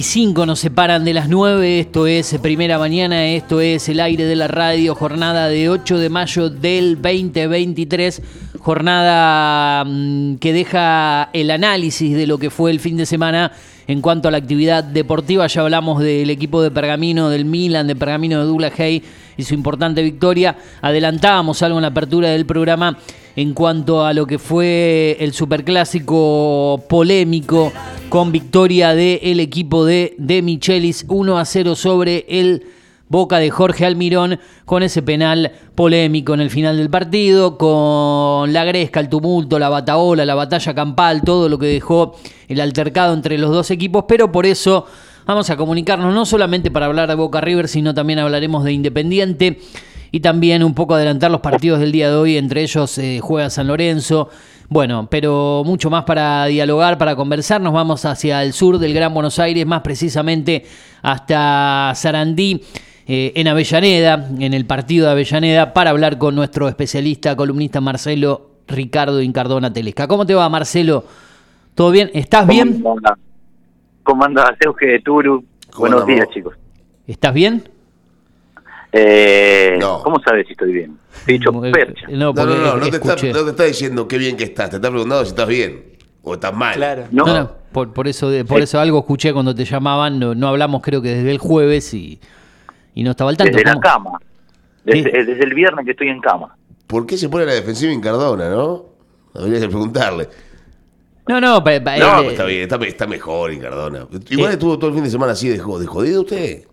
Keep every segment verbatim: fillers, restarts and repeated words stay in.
Cinco nos separan de las nueve, esto es Primera Mañana, esto es el aire de la radio, jornada de ocho de mayo del veinte veintitrés, jornada mmm, que deja el análisis de lo que fue el fin de semana en cuanto a la actividad deportiva. Ya hablamos del equipo de Pergamino, del Milan, de Pergamino de Douglas Haig y su importante victoria. Adelantábamos algo en la apertura del programa en cuanto a lo que fue el superclásico polémico con victoria del equipo de De Michelis uno a cero sobre el Boca de Jorge Almirón, con ese penal polémico en el final del partido, con la gresca, el tumulto, la batahola, la batalla campal, todo lo que dejó el altercado entre los dos equipos. Pero por eso vamos a comunicarnos no solamente para hablar de Boca River, sino también hablaremos de Independiente y también un poco adelantar los partidos del día de hoy. Entre ellos eh, juega San Lorenzo. Bueno, pero mucho más para dialogar, para conversar. Nos vamos hacia el sur del Gran Buenos Aires, más precisamente hasta Sarandí, eh, en Avellaneda, en el partido de Avellaneda, para hablar con nuestro especialista, columnista Marcelo Ricardo Incardona Telesca. ¿Cómo te va, Marcelo? ¿Todo bien? ¿Estás bien? ¿Cómo andas, Euge de Turu? Buenos días, chicos. ¿Estás bien? Eh, no. ¿Cómo sabes si estoy bien? Te he dicho percha. No, no, no, no, no, te está, no te está diciendo qué bien que estás, te está preguntando si estás bien o estás mal. Claro. No, no, no por, por eso por sí. eso algo escuché cuando te llamaban, no, no hablamos creo que desde el jueves y, y no estaba al tanto. Desde ¿Cómo? la cama, desde, desde el viernes que estoy en cama. ¿Por qué se pone la defensiva Incardona, no? Habría que preguntarle. No, no, pa, pa, no, eh, está bien, está, está mejor Incardona. Igual eh, estuvo todo el fin de semana así de, de jodido usted.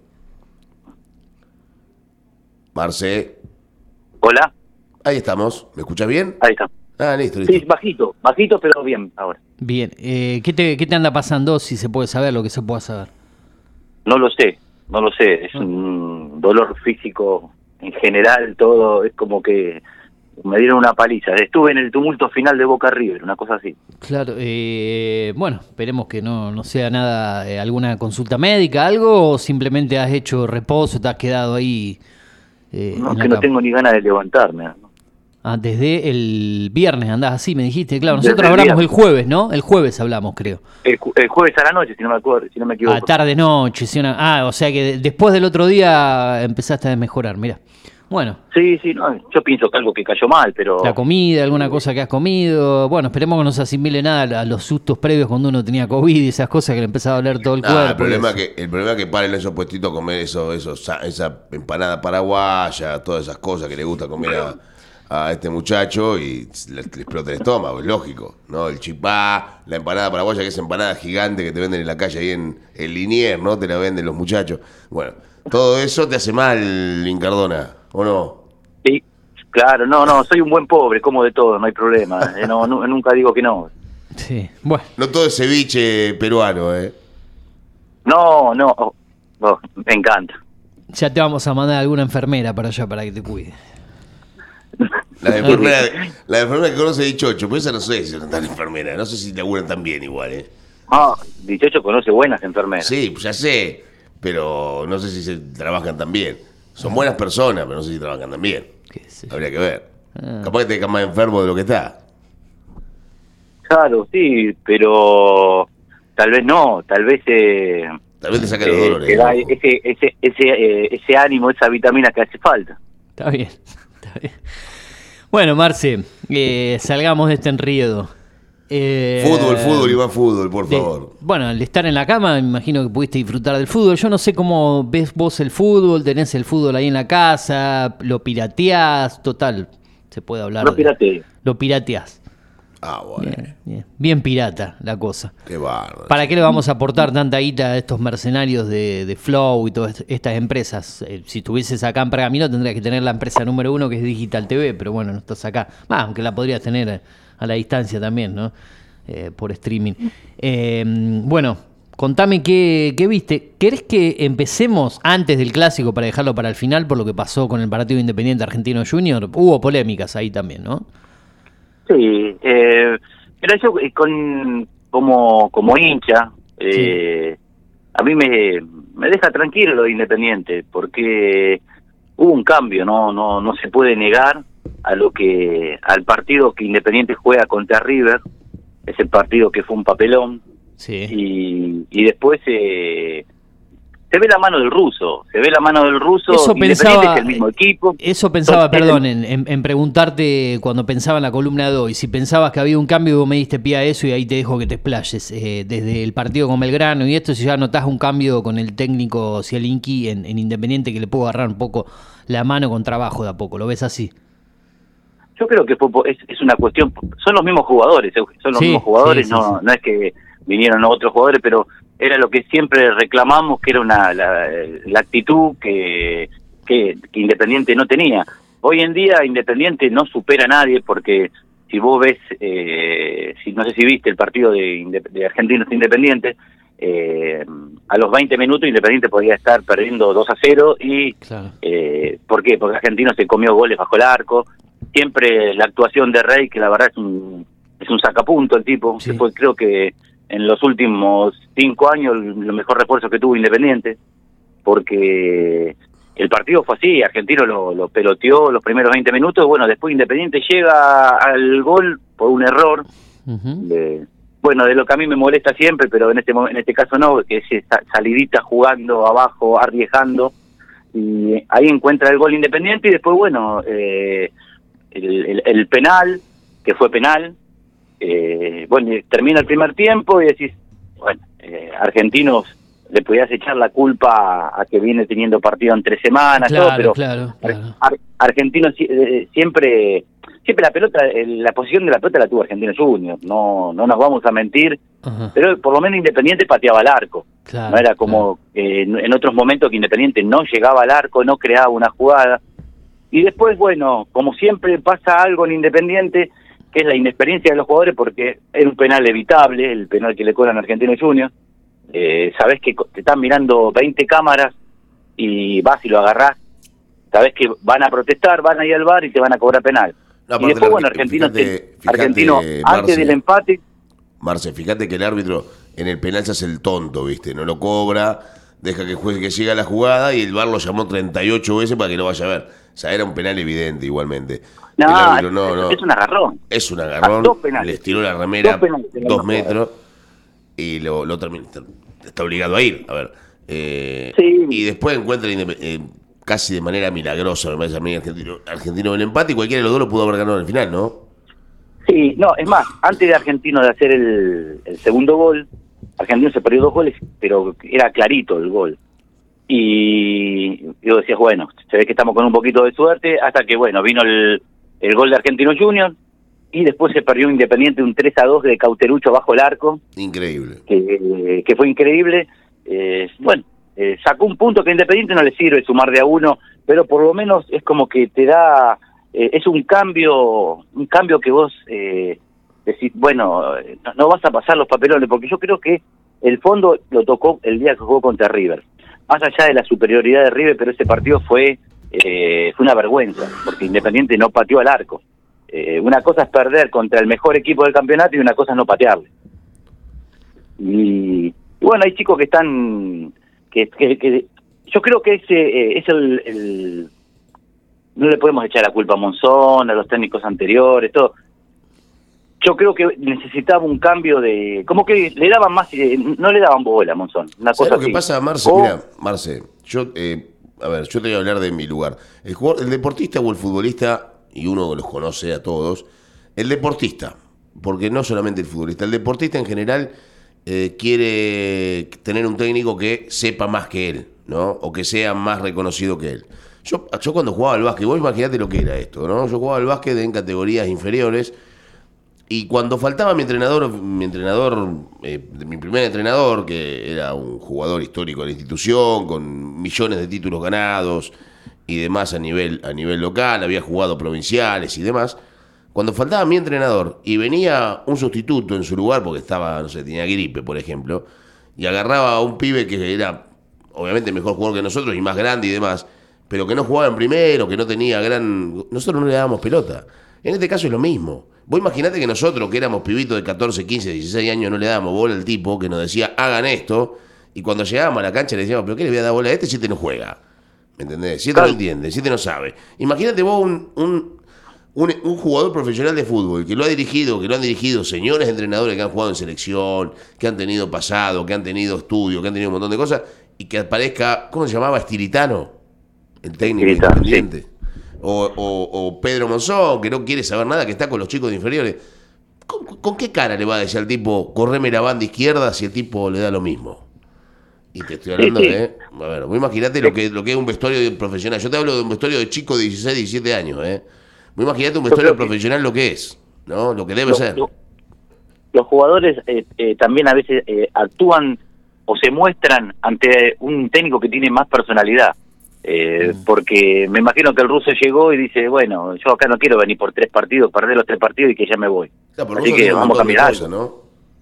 Marce. Hola. Ahí estamos. ¿Me escuchas bien? Ahí está. Ah, listo, listo. Sí, bajito, bajito, pero bien ahora. Bien. Eh, ¿qué, te, ¿Qué te anda pasando, si se puede saber lo que se pueda saber? No lo sé, no lo sé. Es un dolor físico en general, todo. Es como que me dieron una paliza. Estuve en el tumulto final de Boca River, una cosa así. Claro. Eh, bueno, esperemos que no, no sea nada, eh, alguna consulta médica, algo, o simplemente has hecho reposo, te has quedado ahí. Eh, no, que no tengo ni ganas de levantarme. ¿no? Ah, desde el viernes andás así, me dijiste, claro. Nosotros desde hablamos el, el jueves, ¿no? El jueves hablamos, creo. El, el jueves a la noche, si no me acuerdo, si no me equivoco. A tarde noche, si una... ah, o sea que después del otro día empezaste a mejorar, mirá. Bueno. Sí, sí, no, yo pienso que algo que cayó mal, pero... La comida, alguna cosa que has comido. Bueno, esperemos que no se asimile nada a los sustos previos cuando uno tenía COVID y esas cosas que le empezaba a doler todo el nah, cuerpo. El problema, que, el problema es que paren esos puestitos a comer eso, eso, esa empanada paraguaya, todas esas cosas que le gusta comer a, a este muchacho y le, le explota el estómago, es lógico, ¿no? El chipá, la empanada paraguaya, que es empanada gigante que te venden en la calle ahí en el Liniers, ¿no? Te la venden los muchachos. Bueno, todo eso te hace mal, Incardona. ¿O no? Sí, claro, no, no, soy un buen pobre, como de todo, no hay problema, eh, no, no, nunca digo que no. Sí, bueno. No todo es ceviche peruano, ¿eh? No, no, oh, oh, me encanta. Ya te vamos a mandar alguna enfermera para allá para que te cuide. La de enfermera, la de enfermera que conoce Dichocho, pues esa no sé si son tan enfermeras, no sé si laburan tan bien igual, ¿eh? Ah, Dichocho conoce buenas enfermeras. Sí, pues ya sé, pero no sé si se trabajan tan bien. Son buenas personas, pero no sé si trabajan tan bien. Habría que ver. Ah. Capaz que te dejan más enfermo de lo que está. Claro, sí, pero tal vez no, tal vez... Eh, tal vez te saque eh, los dolores. Te da ese, ese, ese, eh, ese ánimo, esa vitamina que hace falta. Está bien, está bien. Bueno, Marce, eh, salgamos de este enredo. Eh, fútbol, fútbol y más fútbol, por de, favor. Bueno, al estar en la cama, me imagino que pudiste disfrutar del fútbol. Yo no sé cómo ves vos el fútbol, tenés el fútbol ahí en la casa, lo pirateás, total, se puede hablar. Lo pirateé. Lo pirateás. Ah, bueno. Bien, bien, bien pirata la cosa. Qué bárbaro. ¿Para qué le vamos a aportar tanta guita a estos mercenarios de, de Flow y todas estas empresas? Eh, si estuvieses acá en Pergamino tendrías que tener la empresa número uno, que es Digital T V, pero bueno, no estás acá. Ah, aunque la podrías tener a la distancia también, ¿no? Eh, por streaming. Eh, bueno, contame qué, qué viste. ¿Querés que empecemos antes del clásico para dejarlo para el final por lo que pasó con el partido Independiente Argentino Junior? Hubo polémicas ahí también, ¿no? Sí, eh, pero yo con, como, como hincha, eh, sí. a mí me, me deja tranquilo lo de Independiente, porque hubo un cambio, no, no, no se puede negar a lo que, al partido que Independiente juega contra River, ese partido que fue un papelón, Sí. Y, y después eh, se ve la mano del ruso, se ve la mano del ruso, Eso Independiente pensaba, es el mismo equipo. Eso pensaba, Entonces, perdón, en, en, en preguntarte cuando pensaba en la columna de hoy, si pensabas que había un cambio y vos me diste pie a eso y ahí te dejo que te explayes. Eh, desde el partido con Belgrano y esto, si ya notás un cambio con el técnico Zielinski en, en Independiente que le puedo agarrar un poco la mano con trabajo de a poco, ¿lo ves así? Yo creo que fue, es, es una cuestión, son los mismos jugadores, son los Sí, mismos jugadores, sí, sí, no sí. no es que vinieron otros jugadores, pero era lo que siempre reclamamos, que era una la, la actitud que, que, que Independiente no tenía. Hoy en día Independiente no supera a nadie, porque si vos ves, eh, si no sé si viste el partido de, de Argentinos Independientes, eh, a los veinte minutos Independiente podía estar perdiendo dos a cero y Claro. eh, ¿por qué? Porque Argentinos se comió goles bajo el arco. Siempre la actuación de Rey, que la verdad es un es un sacapunto el tipo, Sí. que fue creo que en los últimos cinco años el mejor refuerzo que tuvo Independiente, porque el partido fue así, Argentino lo, lo peloteó los primeros veinte minutos, bueno, después Independiente llega al gol por un error, Uh-huh. de, bueno, de lo que a mí me molesta siempre, pero en este en este caso no, que es esa salidita jugando abajo, arriesgando, y ahí encuentra el gol Independiente y después, bueno, eh, el, el, el penal, que fue penal, eh, bueno, termina el primer tiempo y decís, bueno, eh, Argentinos le podías echar la culpa a que viene teniendo partido en tres semanas, Claro, todo, pero claro, claro. Ar- Argentinos eh, siempre siempre la pelota, la posición de la pelota la tuvo Argentinos Juniors, no no nos vamos a mentir, Ajá. pero por lo menos Independiente pateaba al arco. Claro, No era como eh, en otros momentos que Independiente no llegaba al arco, no creaba una jugada. Y después, bueno, como siempre pasa algo en Independiente, que es la inexperiencia de los jugadores, porque era un penal evitable, el penal que le cobran a Argentinos Juniors. Eh, sabés que te están mirando veinte cámaras y vas y lo agarrás. Sabés que van a protestar, van a ir al bar y te van a cobrar penal. No, Y aparte después, el bueno, arbi- Argentino, fíjate- fíjate, Argentino Marce. antes del empate... Marce, fíjate que el árbitro en el penal se hace el tonto, ¿viste? No lo cobra, deja que juegue, que siga la jugada y el V A R lo llamó treinta y ocho veces para que no vaya a ver. O sea, era un penal evidente igualmente. No, el árbitro no, es, no. es un agarrón. Es un agarrón, Dos penales. le estiró la remera Dos penales, se dos ganó. metros y lo, lo terminó. Está obligado a ir, a ver. Eh, Sí. Y después encuentra indep- eh, casi de manera milagrosa, me parece a mí, Argentino, Argentino el empate y cualquiera de los dos lo pudo haber ganado en el final, ¿no? Sí, no, es más, antes de Argentino de hacer el, el segundo gol, Argentino se perdió dos goles, pero era clarito el gol. Y yo decía, bueno, se ve que estamos con un poquito de suerte, hasta que, bueno, vino el, el gol de Argentino Juniors, y después se perdió Independiente un tres a dos de Cauterucho bajo el arco, Increíble. que, que fue increíble. Eh, bueno, eh, sacó un punto que a Independiente no le sirve sumar de a uno, pero por lo menos es como que te da, eh, es un cambio, un cambio que vos eh, decís, bueno, no, no vas a pasar los papelones, porque yo creo que el fondo lo tocó el día que jugó contra River. Más allá de la superioridad de River, pero ese partido fue, eh, fue una vergüenza, porque Independiente no pateó al arco. Eh, una cosa es perder contra el mejor equipo del campeonato y una cosa es no patearle. Y, y bueno, hay chicos que están, que, que, que yo creo que ese eh, es el, el, no le podemos echar la culpa a Monzón, a los técnicos anteriores, todo. Yo creo que necesitaba un cambio de, como que le daban más, eh, no le daban bola a Monzón, una ¿Sabes cosa lo que así. pasa, Marce? O- Mira, Marce, yo, eh, a ver, yo te voy a hablar de mi lugar. El, jugador, el deportista o el futbolista, y uno los conoce a todos, el deportista, porque no solamente el futbolista, el deportista en general eh, quiere tener un técnico que sepa más que él, ¿no? O que sea más reconocido que él. Yo, yo cuando jugaba al básquet, vos imaginate lo que era esto, ¿no? Yo jugaba al básquet en categorías inferiores. Y cuando faltaba mi entrenador, mi entrenador, eh, mi primer entrenador, que era un jugador histórico de la institución, con millones de títulos ganados y demás a nivel, a nivel local, había jugado provinciales y demás, cuando faltaba mi entrenador y venía un sustituto en su lugar, porque estaba, no sé, tenía gripe, por ejemplo, y agarraba a un pibe que era obviamente mejor jugador que nosotros y más grande y demás, pero que no jugaba en primero, que no tenía gran... Nosotros no le dábamos pelota. En este caso es lo mismo. Vos imaginate que nosotros, que éramos pibitos de catorce, quince, dieciséis años, no le dábamos bola al tipo que nos decía, hagan esto, y cuando llegábamos a la cancha le decíamos, ¿pero qué le voy a dar bola a este si este no juega? ¿Me entendés? Si este Claro. no entiende, si este no sabe. Imagínate vos un, un, un, un jugador profesional de fútbol que lo ha dirigido, que lo han dirigido señores entrenadores que han jugado en selección, que han tenido pasado, que han tenido estudio, que han tenido un montón de cosas, y que aparezca, ¿cómo se llamaba? Estilitano, el técnico Estilitano, independiente. Sí. O, o, o Pedro Monzón, que no quiere saber nada, que está con los chicos de inferiores. ¿Con, con qué cara le va a decir al tipo, correme la banda izquierda si el tipo le da lo mismo? Y te estoy hablando sí, sí. de... A ver, vos imaginate lo que, lo que es un vestuario de profesional. Yo te hablo de un vestuario de chico de dieciséis, diecisiete años, ¿eh? Vos imaginate un vestuario profesional lo que es, ¿no? Lo que debe lo, ser. Lo, los jugadores eh, eh, también a veces eh, actúan o se muestran ante un técnico que tiene más personalidad. Eh, mm. Porque me imagino que el ruso llegó y dice, bueno, yo acá no quiero venir por tres partidos, perder los tres partidos y que ya me voy. Claro, Así que vamos a cambiar algo. ¿No?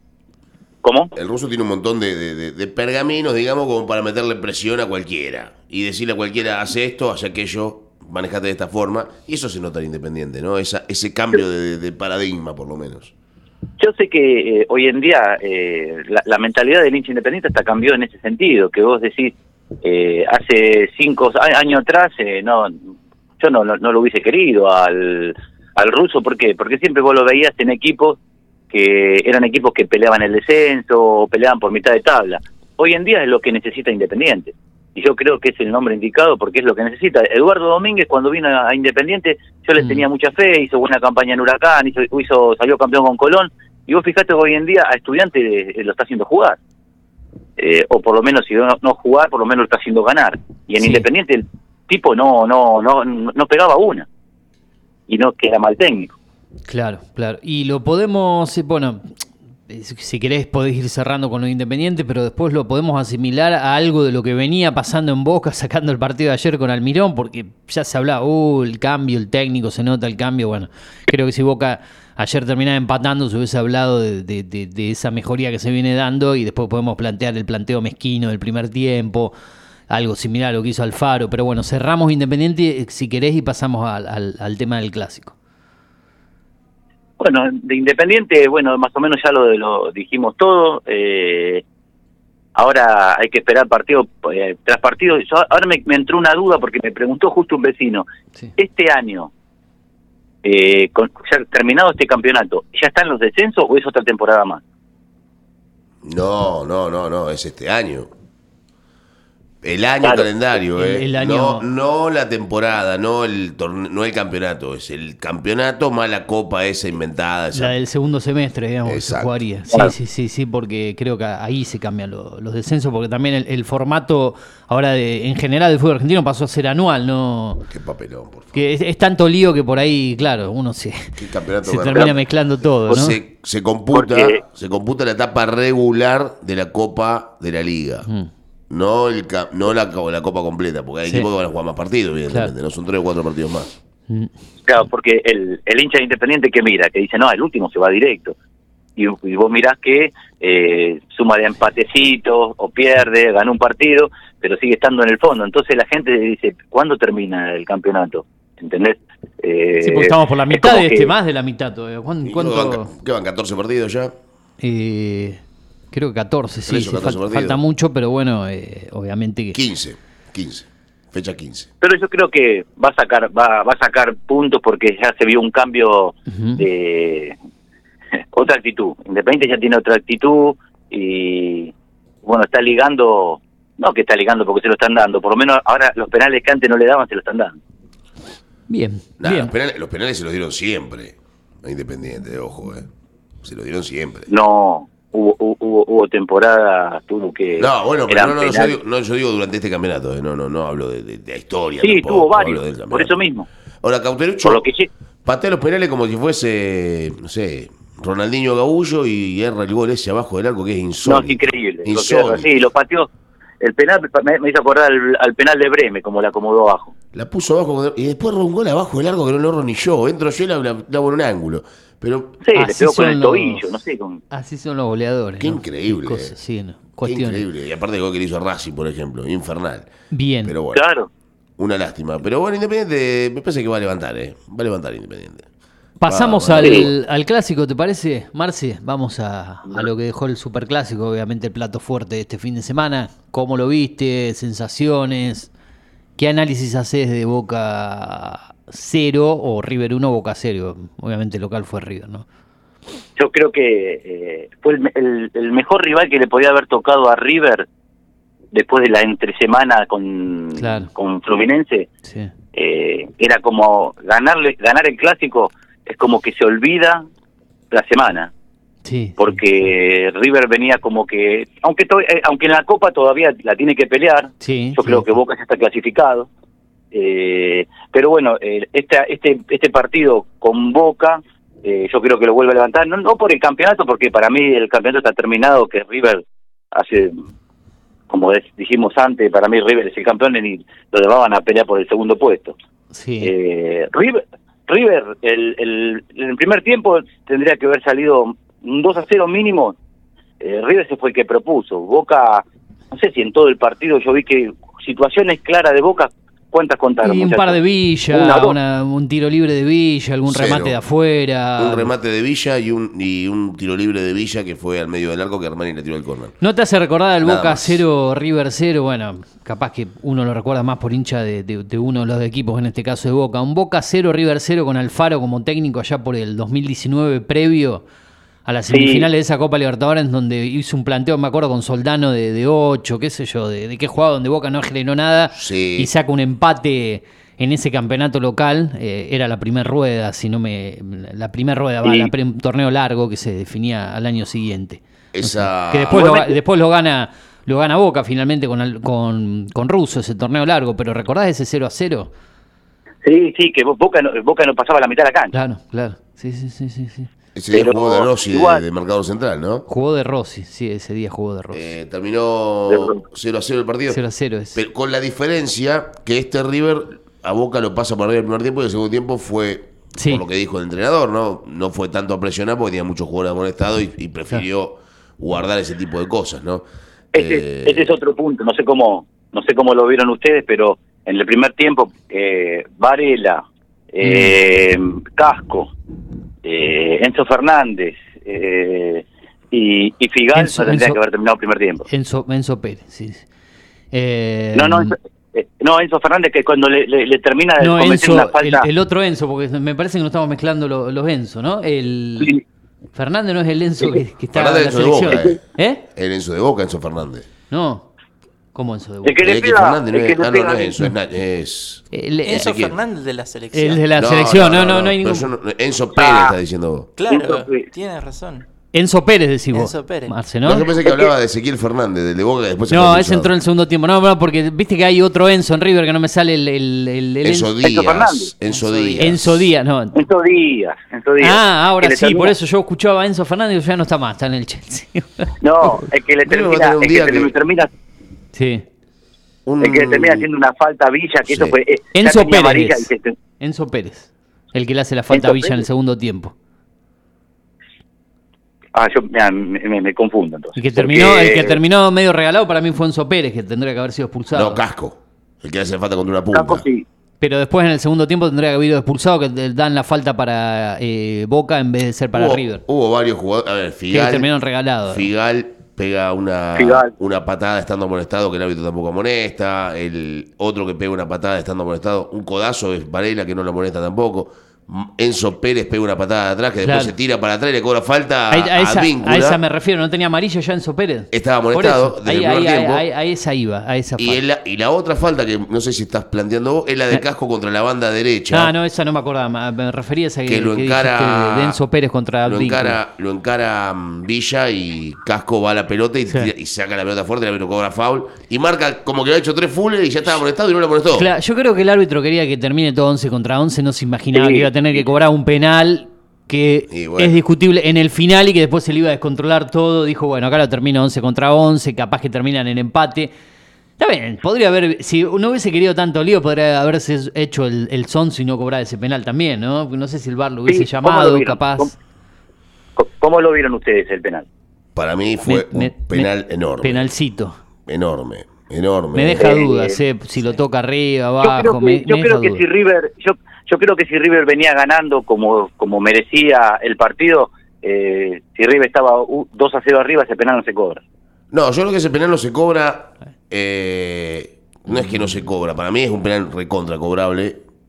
¿Cómo? El ruso tiene un montón de, de, de, de pergaminos, digamos, como para meterle presión a cualquiera. Y decirle a cualquiera, hace esto, hace aquello, manejate de esta forma. Y eso se nota en Independiente, ¿no? Esa, ese cambio de, de paradigma, por lo menos. Yo sé que eh, hoy en día eh, la, la mentalidad del hincha independiente está cambió en ese sentido, que vos decís, eh, hace cinco años atrás, eh, no yo no, no, no lo hubiese querido al, al ruso. ¿Por qué? Porque siempre vos lo veías en equipos que eran equipos que peleaban el descenso o peleaban por mitad de tabla. Hoy en día es lo que necesita Independiente. Y yo creo que es el nombre indicado porque es lo que necesita. Eduardo Domínguez, cuando vino a Independiente, yo les mm. tenía mucha fe, hizo buena campaña en Huracán, hizo, hizo salió campeón con Colón, y vos fijate que hoy en día a Estudiantes lo está haciendo jugar. Eh, o por lo menos, si no, no jugar, por lo menos lo está haciendo ganar. Y en sí. Independiente el tipo no, no, no, no pegaba una. Y no que era mal técnico. Claro, claro. Y lo podemos, bueno... Si querés podés ir cerrando con lo Independiente, pero después lo podemos asimilar a algo de lo que venía pasando en Boca, sacando el partido de ayer con Almirón, porque ya se hablaba, uh, el cambio, el técnico, se nota el cambio. Bueno, creo que si Boca ayer terminaba empatando, se hubiese hablado de, de, de, de esa mejoría que se viene dando, y después podemos plantear el planteo mezquino del primer tiempo, algo similar a lo que hizo Alfaro. Pero bueno, cerramos Independiente, si querés, y pasamos al, al, al tema del clásico. Bueno, de Independiente, bueno, más o menos ya lo, lo dijimos todo. Eh, ahora hay que esperar partido eh, tras partido. Yo, ahora me, me entró una duda porque me preguntó justo un vecino. Sí. Este año, eh, con, ya terminado este campeonato, ¿ya están los descensos o es otra temporada más? No, no, no, no, es este año. El año claro, calendario, el, eh. el año... No, no la temporada, no el torneo, no el campeonato, es el campeonato más la copa esa inventada. Esa. La del segundo semestre, digamos, que se jugaría. Sí, claro. sí, sí, sí, porque creo que ahí se cambian lo, los descensos, porque también el, el formato ahora de, en general del fútbol argentino pasó a ser anual, ¿no? Qué papelón, por favor. Que es, es tanto lío que por ahí, claro, uno se, se termina mezclando todo, ¿no? Se, se computa, porque... se computa la etapa regular de la Copa de la Liga. Mm. No el no la, la copa completa, porque hay sí. equipos que van a jugar más partidos, evidentemente, claro. No son tres o cuatro partidos más. Claro, porque el, el hincha Independiente que mira, que dice, no, el último se va directo. Y, y vos mirás que eh, suma de empatecitos o pierde, gana un partido, pero sigue estando en el fondo. Entonces la gente dice, ¿cuándo termina el campeonato? ¿Entendés? Eh, sí, porque estamos por la mitad de este, que... más de la mitad todavía. ¿Cuánto? ¿Cuánto... Van, ¿Qué van, catorce partidos ya? Eh... Creo que catorce, sí, sí falta, falta mucho, pero bueno, eh, obviamente que... quince, quince, fecha quince. Pero yo creo que va a sacar va, va a sacar puntos porque ya se vio un cambio uh-huh. de... otra actitud. Independiente ya tiene otra actitud y, bueno, está ligando, no que está ligando porque se lo están dando, por lo menos ahora los penales que antes no le daban se lo están dando. Bien, nah, bien. Los penales, los penales se los dieron siempre a Independiente, ojo, eh. Se los dieron siempre. No... Hubo, hubo, hubo temporada, tuvo que... No, bueno, pero no, no, yo digo, no, yo digo durante este campeonato, eh, no, no, no hablo de, de, de la historia. Sí, tampoco, tuvo varios, por eso mismo. Ahora, Cauterucho por lo que sí. patea los penales como si fuese, no sé, Ronaldinho Gaullo y erra el gol ese abajo del arco que es insólito. No, es increíble. Insólito. Lo que, sí, lo pateó. El penal me, me hizo acordar al, al penal de Breme, como la acomodó abajo. La puso abajo y después erró un gol abajo del arco que no lo erro ni yo. Entro yo y la, la, la en un ángulo. Pero sí, le pegó con el tobillo, los, no sé. Con... Así son los goleadores. Qué ¿no? increíble. Cosas, eh. sí, no. Qué increíble. Y aparte el gol que le hizo a Racing, por ejemplo, infernal. Bien. Pero bueno, claro. Una lástima. Pero bueno, Independiente me parece que va a levantar, ¿eh? Va a levantar Independiente. Pasamos va, va, al, va. al clásico, ¿te parece, Marce? Vamos a, a lo que dejó el superclásico, obviamente el plato fuerte de este fin de semana. ¿Cómo lo viste? ¿Sensaciones? ¿Qué análisis haces de Boca cero o River uno, Boca cero. Obviamente el local fue River, ¿no? Yo creo que eh, fue el, el, el mejor rival que le podía haber tocado a River después de la entresemana con, claro. con Fluminense. Sí. Eh, era como ganarle ganar el clásico, es como que se olvida la semana. Sí, porque sí. River venía como que, aunque to, eh, aunque en la Copa todavía la tiene que pelear, sí, yo sí, creo sí. que Boca ya está clasificado, eh, pero bueno, eh, este, este, este partido con Boca, eh, yo creo que lo vuelve a levantar, no, no por el campeonato, porque para mí el campeonato está terminado, que River hace, como dijimos antes, para mí River es el campeón y lo llevaban a pelear por el segundo puesto. Sí. Eh, River, River el, el, el primer tiempo tendría que haber salido un dos a cero mínimo. eh, River se fue el que propuso. Boca, no sé si en todo el partido yo vi que situaciones claras de Boca, ¿cuántas contaron? Y un muchachos? par de Villa, Una, una, un tiro libre de Villa, algún Cero. remate de afuera. Un remate de Villa y un, y un tiro libre de Villa que fue al medio del arco que Armani le tiró el córner. ¿No te hace recordar el Nada Boca más. cero, River cero? Bueno, capaz que uno lo recuerda más por hincha de, de, de uno de los equipos, en este caso de Boca. Un Boca cero, River cero con Alfaro como técnico allá por el dos mil diecinueve, previo a las semifinales sí. de esa Copa Libertadores, donde hizo un planteo, me acuerdo, con Soldano de, de ocho, qué sé yo, de, de qué jugaba, donde Boca no generó nada Sí. y saca un empate en ese campeonato local. Eh, era la primera rueda, si no me... La primera rueda, Sí. va, la pre- un torneo largo que se definía al año siguiente. Esa... Que después lo, Igualmente- después lo gana lo gana Boca finalmente con, al- con, con Russo, ese torneo largo, pero ¿recordás ese cero a cero? Sí, sí, que Boca no, Boca no pasaba la mitad de la cancha. Claro, claro. Sí, sí, sí, sí, sí. Ese día Pero jugó de Rossi de, igual- de Mercado Central, ¿no? Jugó de Rossi, sí, ese día jugó de Rossi. Eh, terminó De Rossi. cero a cero el partido. cero a cero es. Pero con la diferencia que este River a Boca lo pasa por arriba el primer tiempo y el segundo tiempo fue, Sí. por lo que dijo el entrenador, ¿no? No fue tanto a presionar porque tenía muchos jugadores amonestados y, y prefirió guardar ese tipo de cosas, ¿no? Ese, Eh, ese es otro punto, no sé cómo no sé cómo lo vieron ustedes, pero en el primer tiempo eh, Varela, eh, Casco, eh, Enzo Fernández eh, y, y Figal Enzo- no tendría Enzo- que haber terminado el primer tiempo. Enzo, Enzo Pérez, sí. sí. Eh, No, no, Enzo, eh, no, Enzo Fernández que cuando le, le, le termina de no, cometer Enzo, una el, falta... el otro Enzo, porque me parece que no estamos mezclando lo- los Enzo, ¿no? El Sí. Fernández no es el Enzo que, que está en la Fernández Enzo de selección. Boca, eh. ¿Eh? El Enzo de Boca, Enzo Fernández. No. ¿Cómo Enzo de Boca? El que le Eh, que pega, Fernández no el que es, le ah, no, pega- no es Enzo, es, Na- es... El, el- Enzo Ezequiel. Fernández de la selección. el de la selección, no, no, no, hay pero ningún... yo no- Enzo Pérez Ah. está diciendo vos. Claro, Enzo Pérez. tienes razón. Enzo Pérez decís vos. Enzo Pérez. Marce, No, ¿no? yo pensé que hablaba de Ezequiel Fernández, del de Boca, que después se No, fue ese expulsado. entró en el segundo tiempo. No, no, porque viste que hay otro Enzo en River que no me sale el, el, el- el Enzo Enzo, Díaz. Fernández. Enzo Enzo Díaz. Enzo Díaz, no. Enzo Díaz, Enzo Díaz. Ah, ahora Que le sí, termina- por eso yo escuchaba a Enzo Fernández y ya no está más, está en el Chelsea. No, el que le Creo que va a termina, tener un el que día le que- termina, Sí. Un- el que le termina haciendo una falta a Villa, que Sí. eso fue eh, ya Enzo tenía Pérez amarilla es. y se- Enzo Pérez, el que le hace la falta Enzo a Villa en el Pérez. segundo tiempo. Ah, yo me, me, me confundo entonces. El que terminó, Porque- el que terminó medio regalado para mí fue Enzo Pérez, que tendría que haber sido expulsado. No, Casco. El que hace falta contra una punta. Campo sí. Pero después en el segundo tiempo tendría que haber ido expulsado, que te dan la falta para eh, Boca en vez de ser para hubo, River. Hubo varios jugadores. A ver, Que Figal. terminaron regalados. Figal pega una, Figal. una patada estando amonestado, que el árbitro tampoco amonesta. El otro que pega una patada estando amonestado, un codazo es Varela, que no lo amonesta tampoco. Enzo Pérez pega una patada de atrás, que después Claro. se tira para atrás y le cobra falta a, Ahí- a, esa, Víncula. a esa me refiero, ¿no tenía amarillo ya Enzo Pérez? Estaba Por amonestado eso, desde ahí, el primer ahí, tiempo. ahí- ahí- a esa iba, a esa Y, falta. en la, y la otra falta, que no sé si estás planteando vos, es la de Eh. Casco contra la banda derecha. Ah, no, esa no me acordaba, me- me refería a esa que, que lo que encara dijiste de Enzo Pérez contra lo Víncula. encara, lo encara mm, Villa y Casco va a la pelota y, Sí. tira- y saca la pelota fuerte, el árbitro cobra foul y marca como que había hecho tres fulles y ya estaba amonestado y no lo amonestó. Claro, yo creo que el árbitro quería que termine todo once contra once, no se imaginaba Sí. que iba a tener que cobrar un penal que Y bueno. es discutible en el final y que después se le iba a descontrolar todo. Dijo, bueno, acá lo termino once contra once, capaz que terminan en empate. Está bien, podría haber, si no hubiese querido tanto lío, podría haberse hecho el, el sonso y no cobrar ese penal también, ¿no? No sé si el V A R lo hubiese Sí, ¿cómo llamado, lo vieron? capaz. ¿Cómo, cómo lo vieron ustedes el penal? Para mí fue Me- me- un penal me- enorme. Penalcito. Enorme, enorme. Me deja Eh, dudas, eh, si lo toca arriba, Yo abajo, creo que, me, yo me creo deja que dudas. si River, yo, yo creo que si River venía ganando como, como merecía el partido, eh, si River estaba uh, dos a cero arriba, ese penal no se cobra. No, yo creo que ese penal no se cobra. eh, no es que no se cobra. Para mí es un penal recontra cobrable.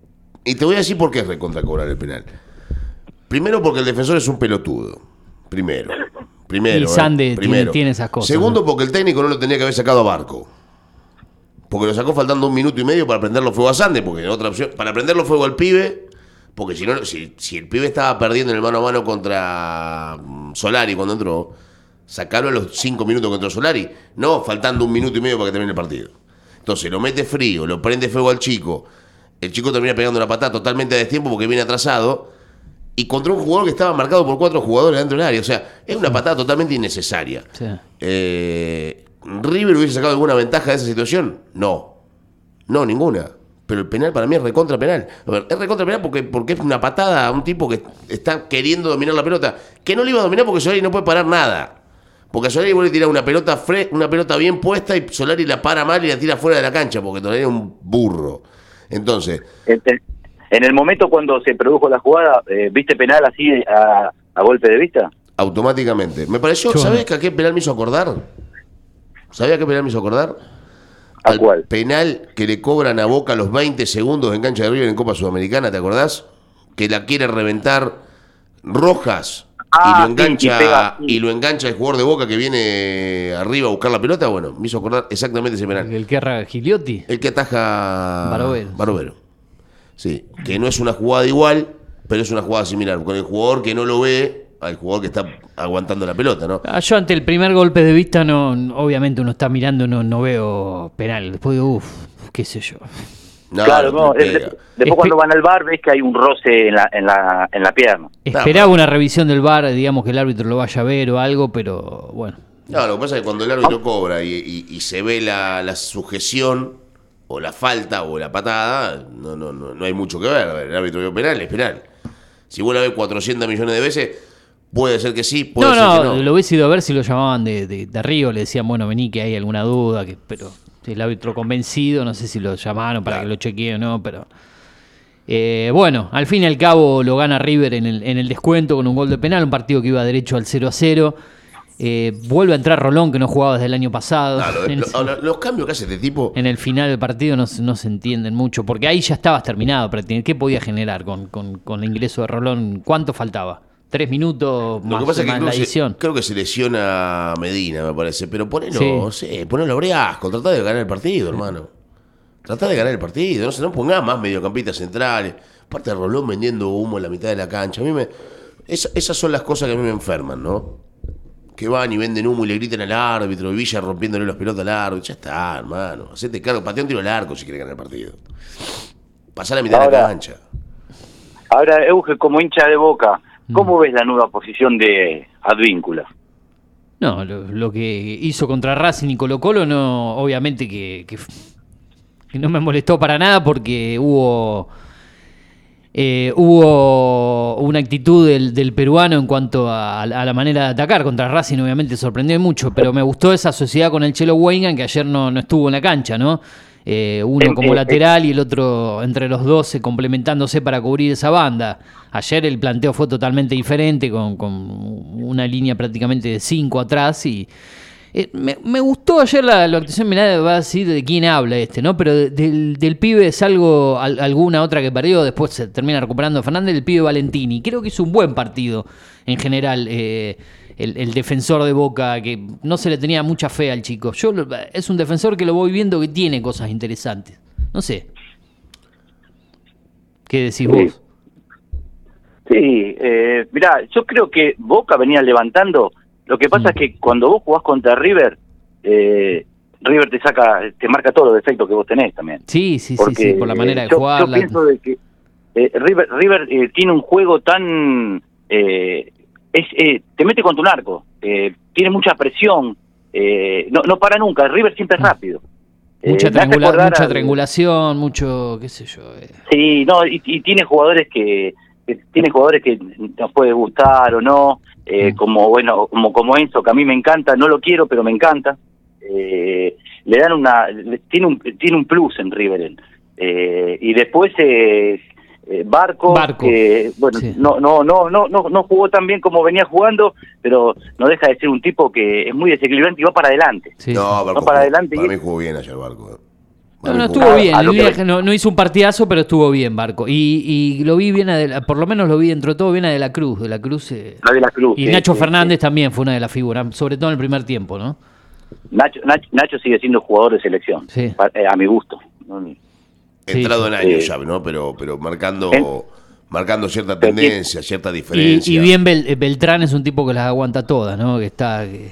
Y te voy a decir por qué es recontra cobrar el penal. Primero porque el defensor es un pelotudo. Primero. Primero. Y Sande eh, primero. Tiene, tiene esas cosas. Segundo, ¿no? porque el técnico no lo tenía que haber sacado a Barco. Porque lo sacó faltando un minuto y medio para prenderlo fuego a Sande, porque en otra opción, para prenderlo fuego al pibe, porque si no, si, si el pibe estaba perdiendo en el mano a mano contra Solari cuando entró, sacarlo a los cinco minutos contra Solari, no faltando un minuto y medio para que termine el partido. Entonces lo mete frío, lo prende fuego al chico, el chico termina pegando una patada totalmente a destiempo porque viene atrasado, y contra un jugador que estaba marcado por cuatro jugadores dentro del área. O sea, es una patada totalmente innecesaria. Sí. Eh, ¿River hubiese sacado alguna ventaja de esa situación? No. No, ninguna. Pero el penal para mí es recontra penal. A ver, es recontra penal porque, porque es una patada a un tipo que está queriendo dominar la pelota, que no le iba a dominar porque Solari no puede parar nada. Porque a Solari vuelve a tirar una pelota fre una pelota bien puesta y Solari la para mal y la tira fuera de la cancha porque Solari es un burro. Entonces... Este... En el momento cuando se produjo la jugada, eh, ¿viste penal así a, a golpe de vista? Automáticamente. Me pareció, ¿sabés que a qué penal me hizo acordar? ¿Sabés a qué penal me hizo acordar? ¿A Al cuál? penal que le cobran a Boca los veinte segundos en cancha de River en Copa Sudamericana, ¿te acordás? Que la quiere reventar Rojas Ah, y lo engancha sí, y pega, sí. y lo engancha el jugador de Boca que viene arriba a buscar la pelota. Bueno, me hizo acordar exactamente ese penal. El que erra Gigliotti. El que ataja Barovero. Barovero. Sí, que no es una jugada igual, pero es una jugada similar. Con el jugador que no lo ve, al jugador que está aguantando la pelota, ¿no? Ah, yo ante el primer golpe de vista, no, obviamente uno está mirando, no, no veo penal. Después digo, uff, qué sé yo. No, Claro, no, no, te es- pega. después Espe- cuando van al bar ves que hay un roce en la, en la, en la pierna. Esperaba una revisión del V A R, digamos que el árbitro lo vaya a ver o algo, pero bueno. No, lo que pasa es que cuando el árbitro cobra y, y- y se ve la, la sujeción, o la falta, o la patada, no, no, no, no hay mucho que ver. A ver, el árbitro vio penal, es penal. Si vos la ves cuatrocientos millones de veces, puede ser que sí, puede No, ser no, que no. lo hubiese ido a ver si lo llamaban de, de, de arriba, le decían, bueno, vení que hay alguna duda, que, pero el árbitro convencido, no sé si lo llamaron para Claro. que lo chequee o no, pero... Eh, bueno, al fin y al cabo lo gana River en el, en el descuento con un gol de penal, un partido que iba derecho al cero a cero. Eh, vuelve a entrar Rolón, que no jugaba desde el año pasado. Ah, lo- en, lo- lo- los cambios que hace este tipo, en el final del partido no, se- no se entienden mucho, porque ahí ya estabas terminado. prácticamente. ¿Qué podía generar con, con, con el ingreso de Rolón? ¿Cuánto faltaba? ¿Tres minutos lo más, que pasa es que más creo, la que edición? se, creo que se lesiona Medina, me parece. Pero ponelo, Sí. no sé, ponelo a Briasco, tratá de ganar el partido, hermano. Tratá de ganar el partido, no sé, no pongas más mediocampistas centrales. Aparte de Rolón vendiendo humo en la mitad de la cancha. A mí me. Esa- esas son las cosas que a mí me enferman, ¿no? Que van y venden humo y le gritan al árbitro, y Villa rompiéndole los pelotas al árbitro. Ya está, hermano. Hacete cargo, patea un tiro al arco si quieres ganar el partido. Pasá la mitad de la Ahora- cancha. Ahora, Euge, como hincha de Boca, ¿cómo ves la nueva posición de Advíncula? No, lo, lo que hizo contra Racing y Colo Colo, no, obviamente que, que, que no me molestó para nada porque hubo eh, hubo una actitud del, del peruano en cuanto a, a la manera de atacar. Contra Racing obviamente sorprendió mucho, pero me gustó esa sociedad con el Chelo Weigand, que ayer no, no estuvo en la cancha, ¿no? Eh, uno Eh, como eh, lateral y el otro entre los dos eh, complementándose para cubrir esa banda. Ayer el planteo fue totalmente diferente, con, con una línea prácticamente de cinco atrás y eh, me, me gustó ayer la, la actuación. Mirá, va a decir de quién habla este, ¿no? Pero de- del, del pibe es algo, al- alguna otra que perdió, después se termina recuperando Fernández, el pibe Valentini. Creo que hizo un buen partido en general. eh, El, el defensor de Boca, que no se le tenía mucha fe al chico. Yo lo- es un defensor que lo voy viendo que tiene cosas interesantes. No sé. ¿Qué decís Sí. vos? Sí, eh, mirá, yo creo que Boca venía levantando. Lo que pasa Mm. es que cuando vos jugás contra River, eh, River te saca, te marca todos los defectos que vos tenés también. Sí, sí, sí, Porque, sí, por la manera de yo, jugar. Yo la- pienso de que eh, River, River eh, tiene un juego tan... Eh, es eh, te mete contra un arco, eh, tiene mucha presión, eh, no, no para nunca, River siempre es rápido. Eh, mucha, me hace triangula- acordar mucha al- triangulación, mucho, qué sé yo. eh. Sí, no, y, y tiene jugadores que, que tiene jugadores que nos puede gustar o no, eh, Mm. como bueno, como como Enzo, que a mí me encanta, no lo quiero, pero me encanta. Eh, le dan una, le- tiene un tiene un plus en River, eh, y después eh, eh, Barco, Barco, que bueno, sí. no no no no no no jugó tan bien como venía jugando, pero no deja de ser un tipo que es muy desequilibrante y va para adelante. Sí, No, sí. Barco No, para jugó- adelante para y- mí jugó bien ayer Barco. eh. No, no estuvo bien, que... no, no hizo un partidazo, pero estuvo bien Barco. Y, y lo vi bien, a de la, por lo menos lo vi dentro de todo bien a De la Cruz. De la Cruz, eh, de la Cruz y sí, Nacho sí, Fernández sí. también fue una de las figuras, sobre todo en el primer tiempo, ¿no? Nacho, Nacho, Nacho sigue siendo jugador de selección, sí. a mi gusto. Entrado sí, en años sí. ya, ¿no? Pero, pero marcando, ¿En? marcando cierta tendencia, cierta diferencia. Y, y bien Bel, Beltrán es un tipo que las aguanta todas, ¿no? Que está que,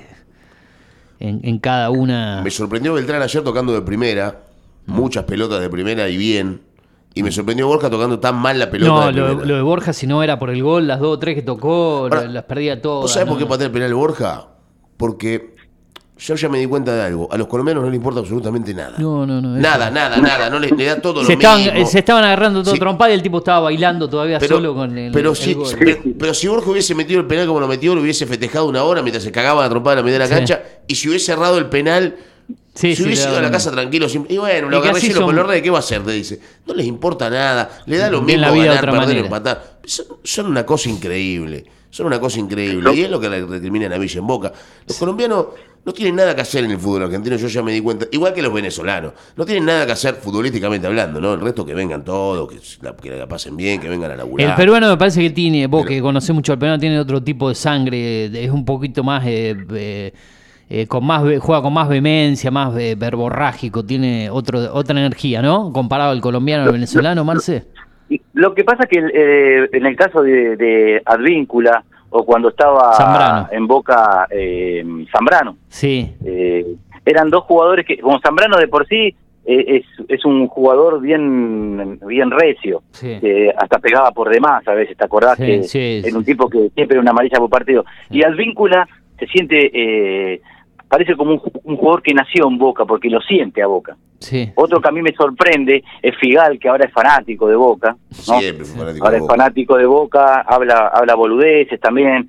en, en cada una. Me sorprendió Beltrán ayer tocando de primera, muchas pelotas de primera y bien. Y me sorprendió Borja tocando tan mal la pelota. No, de lo, lo de Borja, si no era por el gol, las dos o tres que tocó, Ahora, las perdía todas. ¿Vos sabés ¿no? por qué patea el penal Borja? Porque yo ya me di cuenta de algo. A los colombianos no les importa absolutamente nada. No, no, no. Nada, nada, nada. No les, le da todo se lo estaban, mismo. Se estaban agarrando todo sí. trompada y el tipo estaba bailando todavía pero, solo con el, pero el si, gol. Pero, pero si Borja hubiese metido el penal como lo metió, lo hubiese festejado una hora mientras se cagaba la trompada en la mitad de la sí. cancha. Y si hubiese errado el penal... Sí, si sí, hubiese ido a la casa tranquilo, y bueno, lo agarré cielo por los redes, ¿qué va a hacer? Te dice. No les importa nada, le da lo mismo la vida ganar, perder, manera. empatar. Son, son una cosa increíble, son una cosa increíble. Y es lo que le recriminan a Villa en Boca. Los colombianos no tienen nada que hacer en el fútbol argentino, yo ya me di cuenta. Igual que los venezolanos, no tienen nada que hacer futbolísticamente hablando, ¿no? El resto que vengan todos, que la, que la pasen bien, que vengan a laburar. El peruano me parece que tiene, vos Pero, que conocés mucho al peruano, tiene otro tipo de sangre, es un poquito más... Eh, eh, Eh, con más juega con más vehemencia, más eh, verborrágico, tiene otro, otra energía, ¿no? Comparado al colombiano al venezolano, Marce. Lo que pasa es que eh, en el caso de, de Advíncula o cuando estaba Zambrano. en Boca eh, Zambrano, sí. eh, eran dos jugadores que, como Zambrano de por sí eh, es, es un jugador bien bien recio, sí. que hasta pegaba por demás a veces, ¿te acordás? Sí, que sí, era sí. un tipo que siempre era una amarilla por partido. Sí. Y Advíncula se siente... Eh, parece como un, un jugador que nació en Boca, porque lo siente a Boca. Sí. Otro que a mí me sorprende es Figal, que ahora es fanático de Boca, ¿no? Siempre fue fanático ahora de es Boca. fanático de Boca, habla habla boludeces también,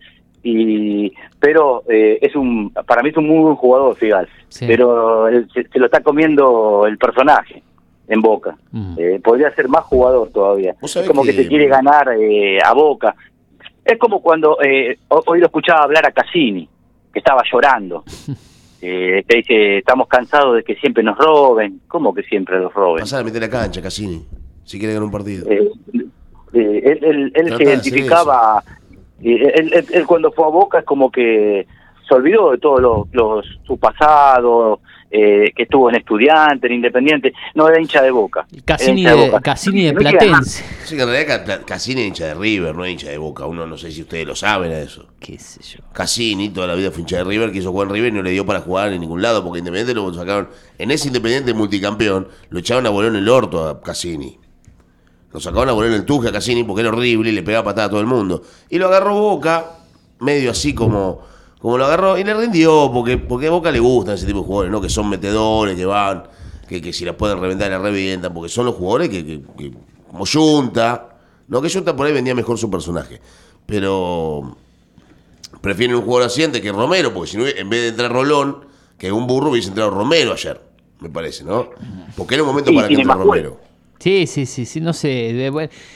y pero eh, es un para mí es un muy buen jugador Figal, sí. pero él, se, se lo está comiendo el personaje en Boca. Mm. Eh, podría ser más jugador todavía. Es como que, que se quiere ganar eh, a Boca. Es como cuando eh, hoy lo escuchaba hablar a Cassini, que estaba llorando. Eh, que dice, estamos cansados de que siempre nos roben. ¿Cómo que siempre nos roben? Pasar a meter la cancha, Cassini, si quiere ganar un partido. Eh, eh, él él, él se identificaba, eh, él, él, él cuando fue a Boca es como que se olvidó de todo los, los, su pasado, eh, que estuvo en Estudiante, en Independiente, no era hincha de Boca. Cassini de, de, Boca. Cassini de no Platense. Sí, que en realidad Cassini es hincha de River, no es hincha de Boca. Uno no sé si ustedes lo saben a eso. Qué sé yo. Cassini toda la vida fue hincha de River, quiso jugar en River y no le dio para jugar en ningún lado, porque Independiente lo sacaron. En ese Independiente multicampeón, lo echaron a volar en el orto a Cassini. Lo sacaron a volar en el tuje a Cassini porque era horrible y le pegaba patada a todo el mundo. Y lo agarró Boca, medio así como... Como lo agarró y le rindió, porque, porque a Boca le gustan ese tipo de jugadores, ¿no? Que son metedores, que van, que, que si las pueden reventar, las revientan, porque son los jugadores que, que, que como Junta, no que Junta por ahí vendía mejor su personaje, pero prefieren un jugador así antes que Romero, porque si no, en vez de entrar Rolón, que un burro hubiese entrado Romero ayer, me parece, ¿no? Porque era un momento sí, para que entre Romero. Sí, sí, sí, sí, no sé.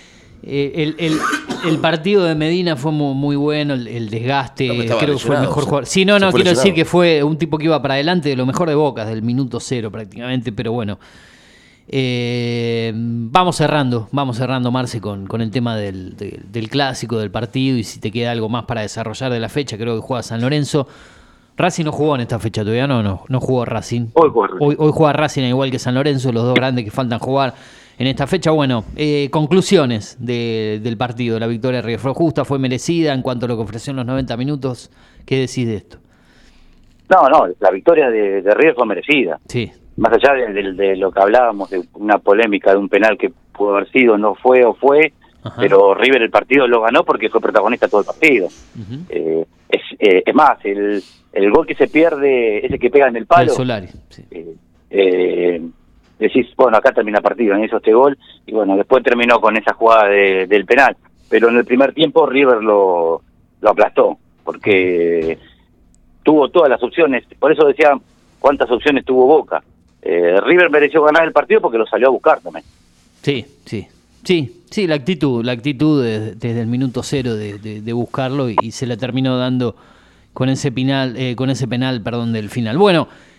El, el, el partido de Medina fue muy, muy bueno, el, el desgaste, no, creo que fue el mejor jugador. Sí, no, no, quiero lesionado. decir que fue un tipo que iba para adelante de lo mejor de Boca, del minuto cero prácticamente, pero bueno. Eh, vamos cerrando, vamos cerrando, Marce, con, con el tema del, de, del clásico, del partido, y si te queda algo más para desarrollar de la fecha, creo que juega San Lorenzo. Racing no jugó en esta fecha todavía, no, no, no jugó Racing. Hoy, hoy, hoy juega Racing igual que San Lorenzo, los dos grandes que faltan jugar en esta fecha. Bueno, eh, conclusiones de, del partido. La victoria de River fue justa, fue merecida en cuanto a lo que ofreció en los noventa minutos. ¿Qué decís de esto? No, no, la victoria de, de River fue merecida. Sí. Más allá de, de, de lo que hablábamos, de una polémica de un penal que pudo haber sido, no fue o fue, ajá, pero River el partido lo ganó porque fue protagonista todo el partido. Uh-huh. eh, es, eh, es más, el, el gol que se pierde, ese que pega en el palo, el Solari, sí. eh, eh, decís, bueno, acá termina el partido, en eso este gol, y bueno, después terminó con esa jugada de, del penal, pero en el primer tiempo River lo, lo aplastó, porque tuvo todas las opciones, por eso decía cuántas opciones tuvo Boca. Eh, River mereció ganar el partido porque lo salió a buscar también. Sí, sí, sí, sí, la actitud, la actitud de, desde el minuto cero de, de, de buscarlo y, y se la terminó dando con ese penal, eh, con ese penal, perdón, del final. Bueno,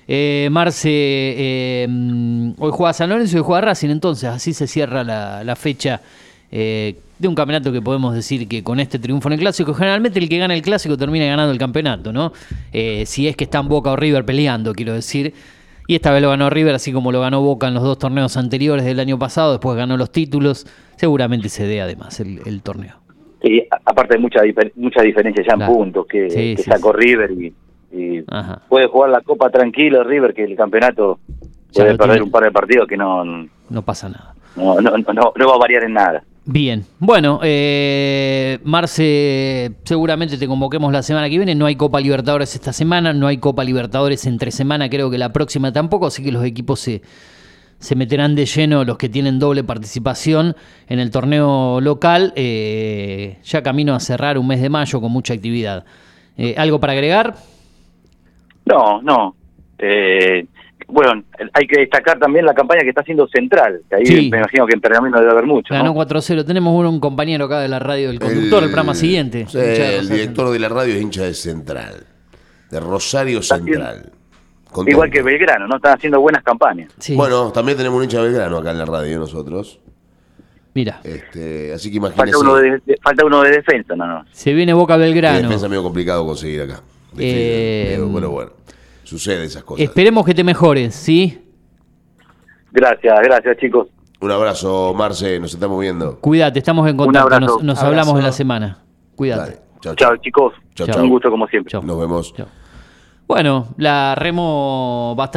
Eh, Marce, eh, hoy juega San Lorenzo y hoy juega Racing, entonces así se cierra la, la fecha eh, de un campeonato que podemos decir que con este triunfo en el Clásico, generalmente el que gana el Clásico termina ganando el campeonato, ¿no? Eh, si es que están Boca o River peleando, quiero decir. Y esta vez lo ganó River, así como lo ganó Boca en los dos torneos anteriores del año pasado, después ganó los títulos, seguramente se dé además el, el torneo. Sí, aparte hay mucha, difer- mucha diferencia ya en Claro. puntos que, Sí, que sí, sacó sí. River y, y Ajá. puede jugar la Copa tranquilo River, que el campeonato Ya puede lo perder tiene. un par de partidos que no No pasa nada. no, no, no, no va a variar en nada. Bien, bueno, eh, Marce, seguramente te convoquemos la semana que viene. No hay Copa Libertadores esta semana, no hay Copa Libertadores entre semana, creo que la próxima tampoco, así que los equipos se, se meterán de lleno, los que tienen doble participación en el torneo local, eh, ya camino a cerrar un mes de mayo con mucha actividad. Eh, ¿Algo para agregar? No, no. Eh, bueno, hay que destacar también la campaña que está haciendo Central, que ahí Sí. me imagino que en Pergamino debe haber mucho, Ganó ¿no? cuatro cero, tenemos un, un compañero acá de la radio, el conductor, el, programa siguiente. Sí, hincha de el Rosario director de la radio es hincha de Central, de Rosario Está Central. Contento. Igual que Belgrano, ¿no? Están haciendo buenas campañas. Sí. Bueno, también tenemos un hincha de Belgrano acá en la radio nosotros. Mira, Este, así que imagínese. Falta uno de, de- falta uno de defensa, no, no. se viene Boca que Belgrano. defensa medio complicado conseguir acá. Defensa, Eh, pero bueno, bueno. Sucede esas cosas. Esperemos que te mejores, ¿sí? Gracias, gracias, chicos. Un abrazo, Marce, nos estamos viendo. Cuídate, estamos en contacto. abrazo. Nos, nos Abrazo. hablamos en la semana. Cuídate. Dale. Chao, Chao, chao. chicos. Chao, chao. Un gusto como siempre. Chao. Nos vemos. Chao. Bueno, la remo bastante.